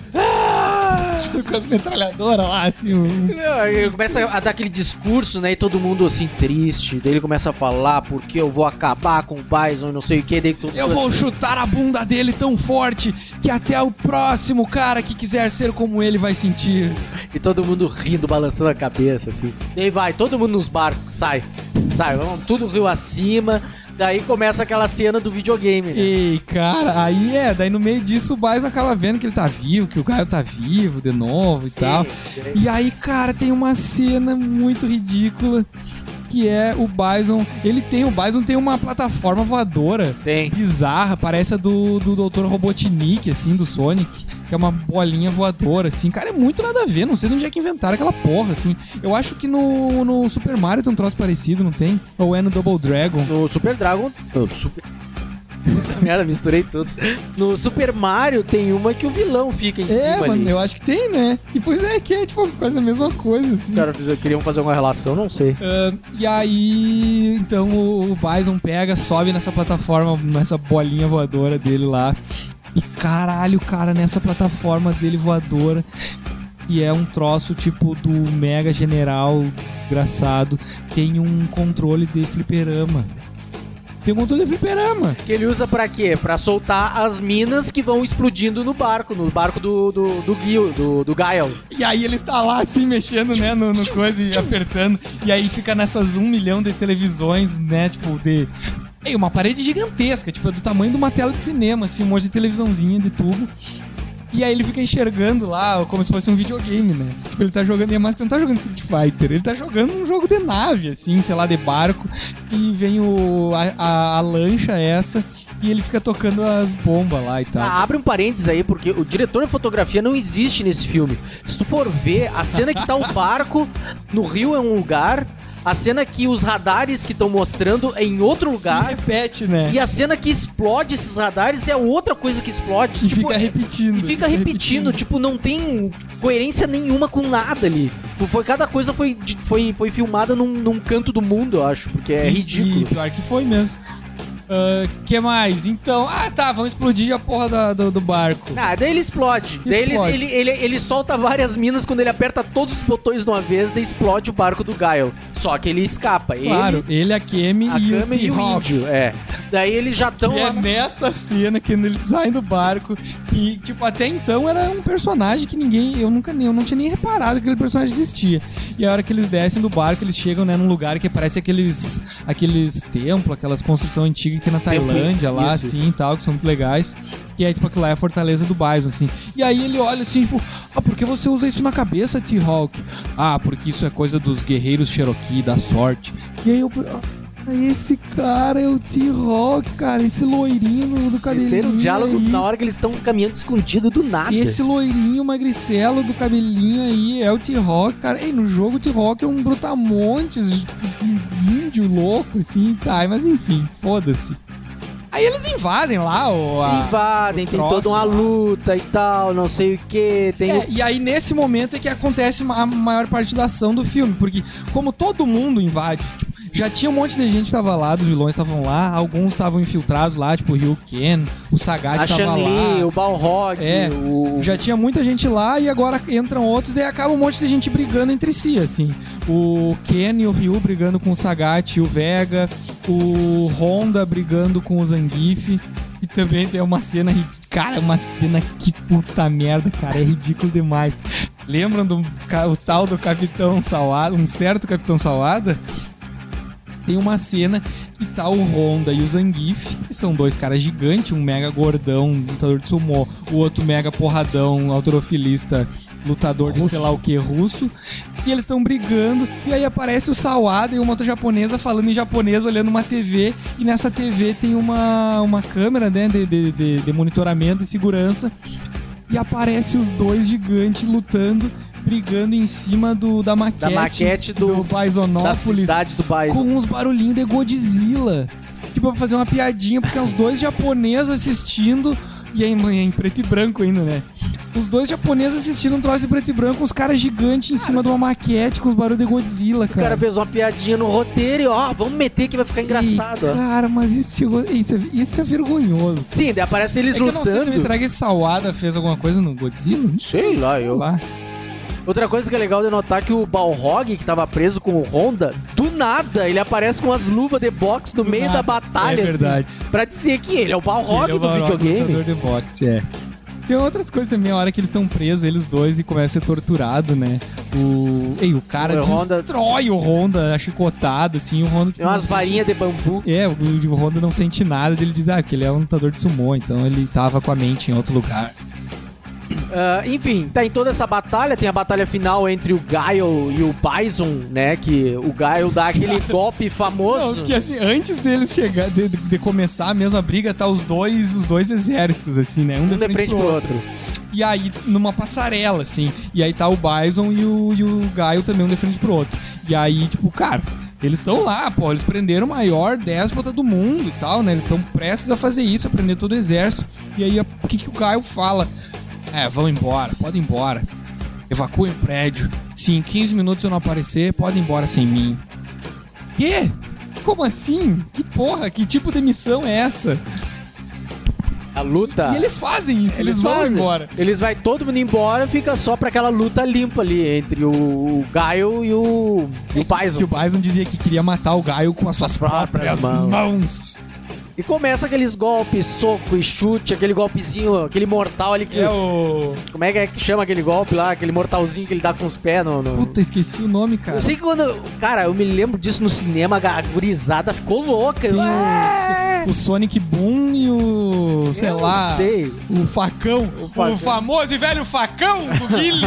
Com as metralhadoras lá, assim, uns... Ele começa a dar aquele discurso, né? E todo mundo assim, triste. Daí ele começa a falar porque eu vou acabar com o Bison e não sei o que. Daí todo Eu mundo vou assim, chutar a bunda dele tão forte que até o próximo cara que quiser ser como ele vai sentir. E todo mundo rindo, balançando a cabeça, assim. Daí vai, todo mundo nos barcos, sai. Sai, vamos tudo rio acima. Daí começa aquela cena do videogame, né? Ei, cara, aí é, daí no meio disso o Bison acaba vendo que ele tá vivo, que o Gaio tá vivo de novo e Sim, tal. sim. E aí, cara, tem uma cena muito ridícula que é o Bison. Ele tem, o Bison tem uma plataforma voadora Tem. bizarra, parece a do, do doutor Robotnik, assim, do Sonic. Que é uma bolinha voadora, assim. Cara, é muito nada a ver. Não sei de onde é que inventaram aquela porra, assim. Eu acho que no, no Super Mario tem um troço parecido, não tem? Ou é no Double Dragon? No Super Dragon. no Super... Merda, misturei tudo. No Super Mario tem uma que o vilão fica em É, cima mano, ali. eu acho que tem, né? E pois é, que é tipo quase a mesma coisa, assim. Os caras queriam fazer uma relação, não sei. Uh, e aí, então o, o Bison pega, sobe nessa plataforma, nessa bolinha voadora dele lá. E caralho, cara, nessa plataforma dele voadora, que é um troço tipo do Mega General desgraçado, tem um controle de fliperama. Tem um controle de fliperama. Que ele usa pra quê? Pra soltar as minas que vão explodindo no barco, no barco do, do, do Gil, do, do Gael. E aí ele tá lá assim, mexendo, né, no, no coisa e apertando. E aí fica nessas um milhão de televisões, né, tipo, de... Ei, uma parede gigantesca, tipo, é do tamanho de uma tela de cinema, assim, um monte de televisãozinha de tubo. E aí ele fica enxergando lá como se fosse um videogame, né? Tipo, ele tá jogando... E é mais que ele não tá jogando Street Fighter. Ele tá jogando um jogo de nave, assim, sei lá, de barco. E vem o, a, a, a lancha essa... E ele fica tocando as bombas lá e tal. Ah, abre um parênteses aí, porque o diretor de fotografia não existe nesse filme. Se tu for ver, a cena que tá o barco no rio é um lugar, a cena que os radares que estão mostrando é em outro E lugar, repete, né? e a cena que explode esses radares é outra coisa que explode. E tipo, fica repetindo. E fica repetindo, tipo, não tem coerência nenhuma com nada ali. Foi, cada coisa foi, foi, foi filmada num, num canto do mundo, eu acho, porque é E- ridículo. E pior que foi mesmo. Uh, que mais? Então, ah tá, vamos explodir a porra da- do, do barco. Ah, daí ele explode. Daí ele, Explode. ele, ele, ele solta várias minas quando ele aperta todos os botões de uma vez, daí explode o barco do Gael. Só que ele escapa. Claro, Ele, ele, a Kemi a e o Kami e o T-Hawk. índio. É. Daí eles já estão Que é lá. nessa cena que eles saem do barco, que, tipo, até então era um personagem que ninguém, eu nunca, eu não tinha nem reparado que aquele personagem existia. E a hora que eles descem do barco, eles chegam, né, num lugar que parece aqueles, aqueles templos, aquelas construções antigas que tem na Tailândia lá, Isso. assim, e tal, que são muito legais. Que é, tipo, aquilo lá é a fortaleza do Bison, assim. E aí ele olha assim, tipo, ah, por que você usa isso na cabeça, T-Hawk? Ah, porque isso é coisa dos guerreiros Cherokee, da sorte. E aí eu... Ah, esse cara é o T-Hawk, cara, esse loirinho do, do cabelinho. Ter um diálogo aí. na hora que eles estão caminhando escondido do nada. Esse loirinho magricelo do cabelinho aí é o T-Hawk, cara. Ei, no jogo o T-Hawk é um brutamontes, um índio louco, assim, tá. Mas enfim, foda-se. Aí eles invadem lá o... a- Invadem, o tem troço toda uma lá. luta e tal, não sei o que. Tem É, o... e aí nesse momento é que acontece a maior parte da ação do filme, porque como todo mundo invade, tipo, já tinha um monte de gente que tava lá, dos vilões estavam lá, alguns estavam infiltrados lá, tipo o Ryu Ken, o Sagat a tava Chun-Li, lá. o Balrog, É, o... Já tinha muita gente lá e agora entram outros e aí acaba um monte de gente brigando entre si, assim. O Ken e o Ryu brigando com o Sagat e o Vega, o Honda brigando com o Zangief. E também tem uma cena... ri- Cara, uma cena que puta merda, cara. É ridículo demais. Lembram do ca- o tal do Capitão Salada? Um certo Capitão Salada? Tem uma cena que tá o Honda e o Zangief, que são dois caras gigantes, um mega gordão, lutador de sumô, o outro mega porradão, alterofilista, lutador de Russo. sei lá o que, russo. E eles estão brigando, e aí aparece o Sawada e uma outra japonesa falando em japonês, olhando uma T V, e nessa T V tem uma, uma câmera, né, de, de, de, de monitoramento e segurança, e aparece os dois gigantes lutando, brigando em cima do, da maquete, Da maquete do- da Bisonópolis, cidade do Bison. com uns barulhinhos de Godzilla. Tipo, pra fazer uma piadinha, porque é os dois japoneses assistindo. E aí, mãe, é em preto e branco ainda, né? Os dois japoneses assistindo um troço em preto e branco, uns caras gigantes em cima de uma maquete com os barulhos de Godzilla, O cara cara. fez uma piadinha no roteiro e ó, vamos meter que vai ficar engraçado, Ih, ó. cara, mas isso, chegou, isso, é, isso é vergonhoso. Sim, daí aparece eles É que eu não sei lutando. também, será que esse Sawada fez alguma coisa no Godzilla? Sei lá, Sei eu. lá. Outra coisa que é legal de notar é que o Balrog, que tava preso com o Honda, do nada ele aparece com as luvas de boxe no Do meio nada. da batalha, É verdade. assim. Pra dizer que ele é o Balrog Ele é o do Balrog, videogame. lutador de boxe, é. Tem outras coisas também, a hora que eles estão presos, eles dois, e começa a ser torturado, né? O... Ei, o cara O Honda- destrói o Honda, achicotado, assim, o Honda... Tem umas varinhas de bambu. É, o, o Honda não sente nada, ele diz, ah, que ele é um lutador de sumô, então ele tava com a mente em outro lugar. Ah, enfim, tá em toda essa batalha, tem a batalha final entre o Gael e o Bison, né? Que o Gael dá aquele golpe Não, famoso. porque assim, antes deles chegar, de, de- de começar mesmo a briga, tá os dois, os dois exércitos, assim, né? Um de frente pro outro. E aí, numa passarela, assim. E aí tá o Bison e o, e o Gaio também, um de frente pro outro. E aí, tipo, cara, Eles estão lá, pô, eles prenderam o maior déspota do mundo e tal, né? Eles estão prestes a fazer isso, a prender todo o exército. E aí, o que, que o Gaio fala? É, vão embora, podem ir embora. Evacuem o prédio. Se em quinze minutos eu não aparecer, podem ir embora sem mim. Quê? Como assim? Que porra, que tipo de missão é essa? A luta... E eles fazem isso, eles, Eles vão fazem. embora. Eles vai todo mundo embora, fica só pra aquela luta limpa ali entre o, o Gaio e o, e o Bison. Que o Bison dizia que queria matar o Gaio com as suas próprias, próprias mãos. mãos. E começa aqueles golpes, soco e chute, aquele golpezinho, aquele mortal ali que... É o... Como é que, é que chama aquele golpe lá? Aquele mortalzinho que ele dá com os pés no... no... Puta, esqueci o nome, cara. Eu sei que quando... Cara, eu me lembro disso no cinema, a gurizada ficou louca. Tem É! o, o Sonic Boom e o... sei Eu lá... não sei. O facão. O, facão. famoso e velho facão do Billy.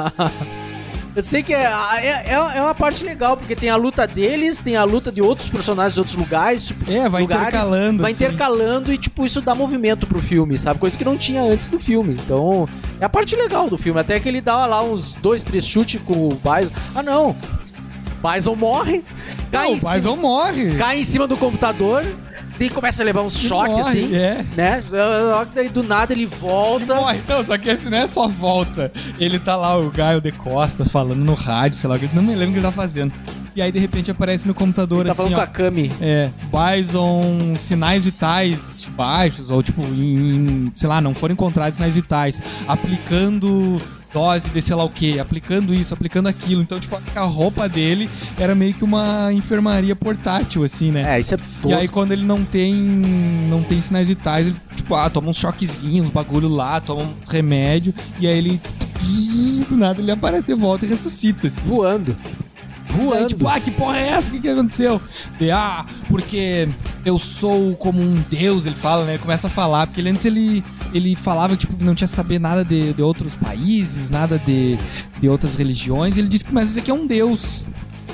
Eu sei que é, é, é uma parte legal, porque tem a luta deles, tem a luta de outros personagens de outros lugares. Tipo, É, vai lugares, intercalando, Vai assim. intercalando e, tipo, isso dá movimento pro filme, sabe? Coisa que não tinha antes do filme. Então, é a parte legal do filme. Até que ele dá lá uns dois, três chutes com o Bison. Ah, não. Bison morre, cai, Não, em o Bison cima, morre. cai em cima do computador, daí começa a levar uns Ele choques, morre, assim, é. né? Daí do nada ele volta. Morre, não, só que esse não é só volta. Ele tá lá, o Gaio de Costas, falando no rádio, sei lá, não me lembro o que ele tá fazendo. E aí, de repente, aparece no computador Ele tá assim, falando ó. com a Kami. É, Bison, sinais vitais baixos, ou tipo, em, sei lá, não foram encontrados sinais vitais, aplicando dose de sei lá o que, aplicando isso, aplicando aquilo. Então, tipo, a roupa dele era meio que uma enfermaria portátil, assim, né? É, isso é E tosco. aí, quando ele não tem não tem sinais vitais, ele, tipo, ah, toma uns choquezinhos, uns bagulho lá, toma um remédio, e aí ele, do nada, ele aparece de volta e ressuscita, assim. Voando. E Voando. aí, tipo, ah, que porra é essa? O que, que aconteceu? E, ah, porque eu sou como um deus, ele fala, né? Ele começa a falar, porque ele, antes ele, ele falava, tipo, que não tinha saber nada de, de outros países, nada de, de outras religiões, e ele disse que começa a dizer que é um deus.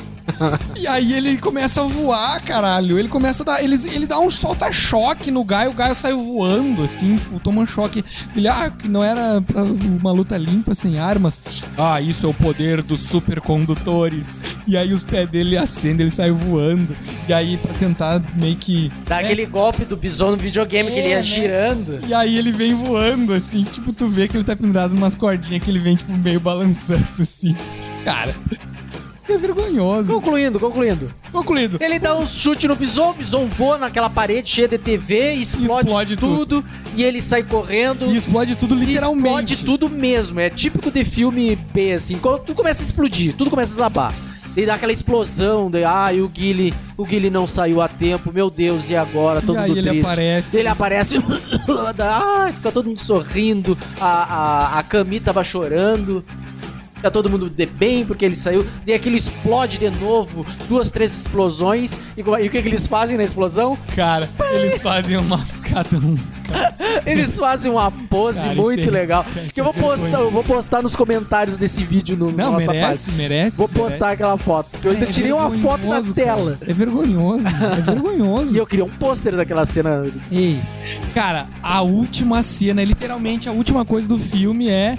E aí ele começa a voar, caralho. Ele começa a dar. Ele, ele dá um solta-choque no Gaio, o Gaio saiu voando, assim, tipo, toma um choque. Ele, ah, que não era pra uma luta limpa, sem armas. Ah, isso é o poder dos supercondutores. E aí os pés dele acendem, ele sai voando. E aí, pra tentar meio que. Dá né? aquele golpe do bison no videogame que ele É, ia né? girando. E aí ele vem voando, assim, tipo, tu vê que ele tá pendurado numas cordinhas que ele vem, tipo, meio balançando, assim. Cara. É vergonhoso. Concluindo, concluindo. Concluído. Ele dá um chute no bison, o bison voa naquela parede cheia de T V, explode, Explode tudo, e ele sai correndo. E explode tudo E literalmente. explode tudo mesmo. É típico de filme B, assim. Quando tudo começa a explodir, tudo começa a desabar. Daí dá aquela explosão, daí, ah, e o Guile, o Guile não saiu a tempo, meu Deus, e agora? Todo E aí mundo ele triste. aparece. Ele aparece, ah, fica todo mundo sorrindo, a, a, a Kami tava chorando. Tá todo mundo de bem porque ele saiu. Daí aquilo explode de novo. Duas, três explosões. E, e o que, que eles fazem na explosão? Cara, eles fazem umas cada um. Cara. Eles fazem uma pose Cara, muito isso é- legal. cara, isso Que eu vou é postar, vergonha. eu vou postar nos comentários desse vídeo no Não, nossa merece, página. merece. Vou postar merece. aquela foto. Que eu ainda É tirei uma foto da vergonhoso, tela. cara. É vergonhoso, é vergonhoso. E eu queria um pôster daquela cena. Ei, cara, a última cena, literalmente a última coisa do filme é.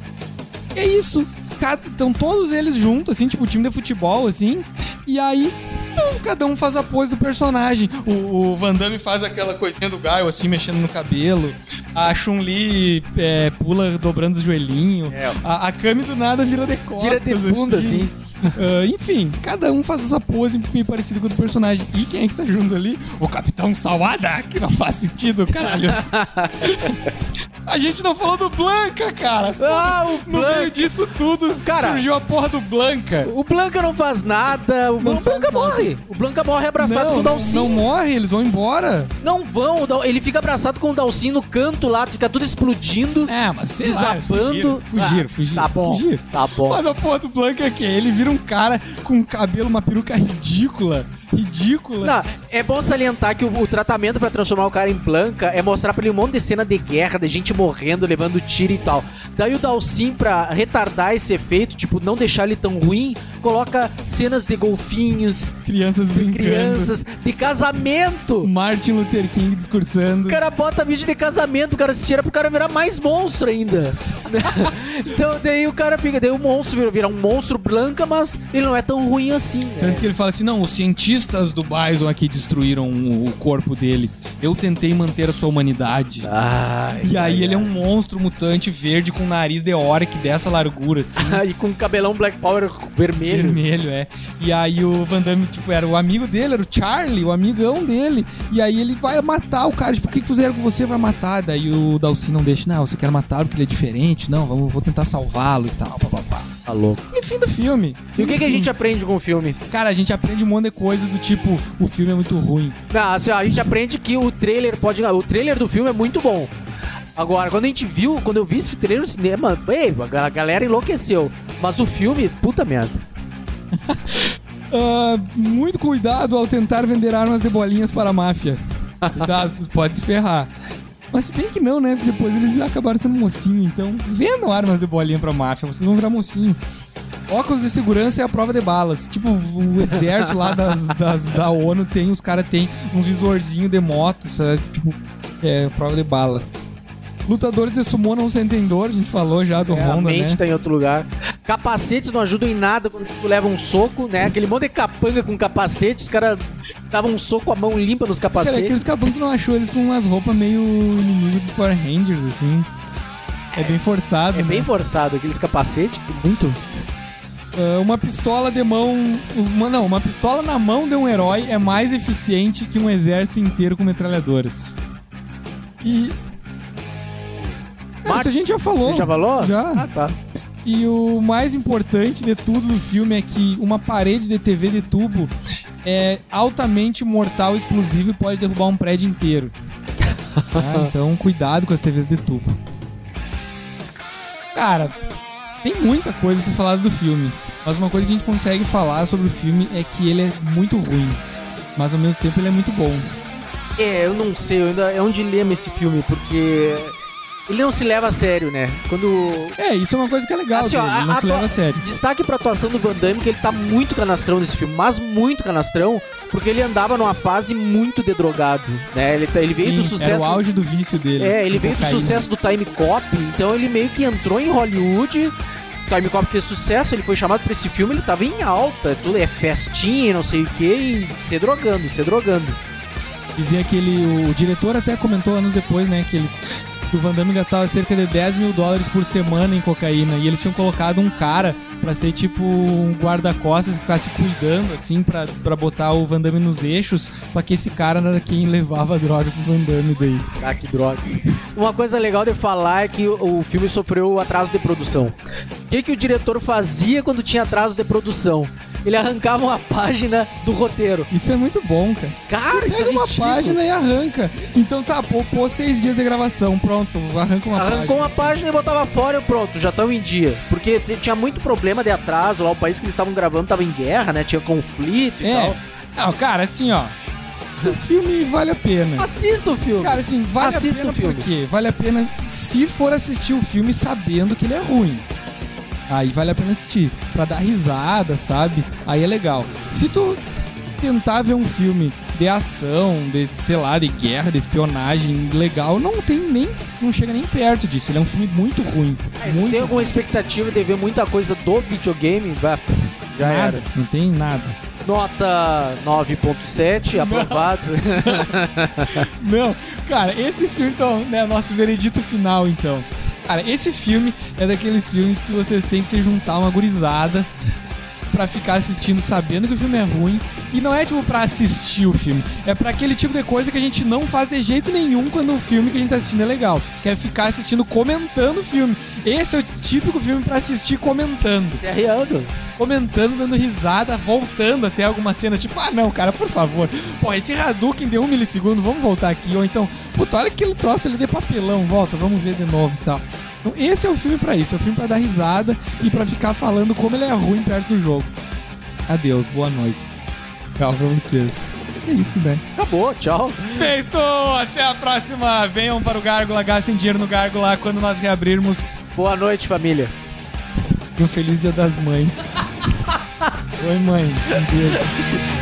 É isso. Estão todos eles juntos, assim, tipo time de futebol, assim. E aí, puf, cada um faz a pose do personagem. O, o Van Damme faz aquela coisinha do Gaio, assim, mexendo no cabelo. A Chun-Li é, pula dobrando os joelhinhos. É. A, a Kami do nada vira de costas. Vira de bunda, assim. Ah, enfim, cada um faz essa pose meio parecida com o do personagem. E quem é que tá junto ali? O Capitão Salada, que não faz sentido, caralho. A gente não falou do Blanca, cara. Ah, o No meio Blanca. disso tudo, Cara, surgiu a porra do Blanca. O Blanca não faz nada. O, Não o Blanca faz nada. morre. O Blanca morre abraçado não, com o não, Dalsin. não morre, eles vão embora. Não vão, o Dal- ele fica abraçado com o Dalsin no canto lá, fica tudo explodindo, É, mas sei lá, desabando. Fugiram, Ah, fugiram, Tá bom, fugiram. tá bom. Mas a porra do Blanca é que ele vira um cara com um cabelo, uma peruca ridícula. Ridícula. Não, É bom salientar que o, o tratamento pra transformar o cara em Blanca é mostrar pra ele um monte de cena de guerra, de gente morrendo, levando tiro e tal. Daí o Dalsin, pra retardar esse efeito, tipo, não deixar ele tão ruim, coloca cenas de golfinhos, Crianças de brincando. crianças, de casamento. Martin Luther King discursando. O cara bota vídeo de casamento, o cara se tira pro cara virar mais monstro ainda. Então daí o cara fica, daí o monstro vira, vira um monstro Blanca, mas ele não é tão ruim assim. Tanto Né? que ele fala assim, não, os cientistas do Bison aqui destruíram o, o corpo dele. Eu tentei manter a sua humanidade. Ai, E aí ai, ele é ai. um monstro mutante verde com nariz de orc dessa largura, assim. E com cabelão Black Power vermelho. Vermelho, é. E aí o Van Damme, tipo, era o amigo dele, era o Charlie, o amigão dele. E aí ele vai matar o cara, tipo, o que que fizeram com você? Vai matar. Daí o Dalsin não deixa, não, você quer matar porque ele é diferente? Não, vamos, vou tentar salvá-lo e tal, papapá. Tá louco. E fim do filme. E o que, que a gente aprende com o filme? Cara, a gente aprende um monte de coisa do tipo, o filme é muito ruim. Não, assim, ó, a gente aprende que o trailer pode... O trailer do filme é muito bom. Agora, quando a gente viu, quando eu vi esse trailer no cinema, ei, a galera enlouqueceu. Mas o filme, puta merda. Ah, muito cuidado ao tentar vender armas de bolinhas para a máfia. Cuidado, você pode se ferrar. Mas se bem que não, né? Porque depois eles acabaram sendo mocinho. Então, vendam armas de bolinha pra máfia, vocês vão virar mocinho. Óculos de segurança é a prova de balas. Tipo, o exército lá das, das, da ONU tem, os caras tem uns visorzinhos de moto, sabe? Tipo, é prova de bala. Lutadores de sumô não sentem dor, a gente falou já do É, a Honda, mente né? tá em outro lugar. Capacetes não ajudam em nada quando tu leva um soco, né? Aquele monte de capanga com capacete, os caras davam um soco com a mão limpa nos Cara, capacetes. aqueles cabão tu não achou eles com umas roupas meio inimigo dos Power Rangers, assim. É bem forçado, É né? bem forçado, aqueles capacetes, muito. Uh, uma pistola de mão... Uma, não, uma pistola na mão de um herói é mais eficiente que um exército inteiro com metralhadoras. E... Mar- Isso a gente já falou. Você já falou? Já. Ah, tá. E o mais importante de tudo do filme é que uma parede de T V de tubo é altamente mortal, explosivo e pode derrubar um prédio inteiro. Tá? Então, cuidado com as T Vs de tubo. Cara, tem muita coisa a ser falada do filme. Mas uma coisa que a gente consegue falar sobre o filme é que ele é muito ruim. Mas ao mesmo tempo ele é muito bom. É, eu não sei, eu ainda, é um dilema esse filme, porque ele não se leva a sério, né? Quando... É, isso é uma coisa que é legal, Assim, ó, dele, ele não a- se a- leva a sério. Destaque pra atuação do Van Damme, que ele tá muito canastrão nesse filme, mas muito canastrão, porque ele andava numa fase muito de drogado, né? Ele, tá- ele veio Sim, do era sucesso... o auge do vício dele. É, ele veio do Cocaína. sucesso do Time Cop, então ele meio que entrou em Hollywood. O Time Cop fez sucesso, ele foi chamado pra esse filme, ele tava em alta, tudo é festinha, não sei o que, e se drogando, se drogando. Dizia que ele, o diretor até comentou anos depois, né, que, ele, que o Van Damme gastava cerca de dez mil dólares por semana em cocaína, e eles tinham colocado um cara pra ser tipo um guarda-costas e ficar se cuidando, assim, pra, pra botar o Van Damme nos eixos, só que esse cara era quem levava a droga pro Van Damme daí. Ah, que droga. Uma coisa legal de falar é que o, o filme sofreu atraso de produção. O que, que o diretor fazia quando tinha atraso de produção? Ele arrancava uma página do roteiro. Isso é muito bom, cara. Cara, isso é Pega uma ridículo. página e arranca. Então tá, pô, pô, seis dias de gravação, pronto, arranca uma Arrancou página. uma página e botava fora e pronto, já estão em dia. Porque t- tinha muito problema de atraso lá, o país que eles estavam gravando tava em guerra, né? Tinha conflito e É. tal. Não, cara, assim, ó, o filme vale a pena. Assista o filme. Cara, assim, vale Assista a pena o filme. por quê? Vale a pena se for assistir o filme sabendo que ele é ruim. Aí vale a pena assistir. Pra dar risada, sabe? Aí é legal. Se tu tentar ver um filme de ação, de, sei lá, de guerra, de espionagem legal, não tem nem... Não chega nem perto disso. Ele é um filme muito ruim. É, se muito tem alguma expectativa de ver muita coisa do videogame, vai, pff, já nada. era. Não tem nada. Nota nove ponto sete, aprovado. Não, cara, esse filme, então, né, nosso veredito final, então. Cara, esse filme é daqueles filmes que vocês têm que se juntar uma gurizada pra ficar assistindo sabendo que o filme é ruim. E não é, tipo, pra assistir o filme. É pra aquele tipo de coisa que a gente não faz de jeito nenhum quando o filme que a gente tá assistindo é legal. Que é ficar assistindo comentando o filme. Esse é o típico filme pra assistir comentando. Se arriando. Comentando, dando risada, voltando até algumas cenas, tipo, ah não, cara, por favor, pô, esse Hadouken deu um milissegundo, vamos voltar aqui, ou então, puta, olha aquele troço ali de papelão, volta, vamos ver de novo e tal. Então esse é o filme pra isso, é o filme pra dar risada e pra ficar falando como ele é ruim perto do jogo. Adeus, boa noite. Tchau pra vocês. é isso, né? Acabou, tchau. Feito! Até a próxima. Venham para o Gárgula, gastem dinheiro no Gárgula quando nós reabrirmos. Boa noite, família. E um feliz Dia das Mães. Oi, mãe. Um beijo.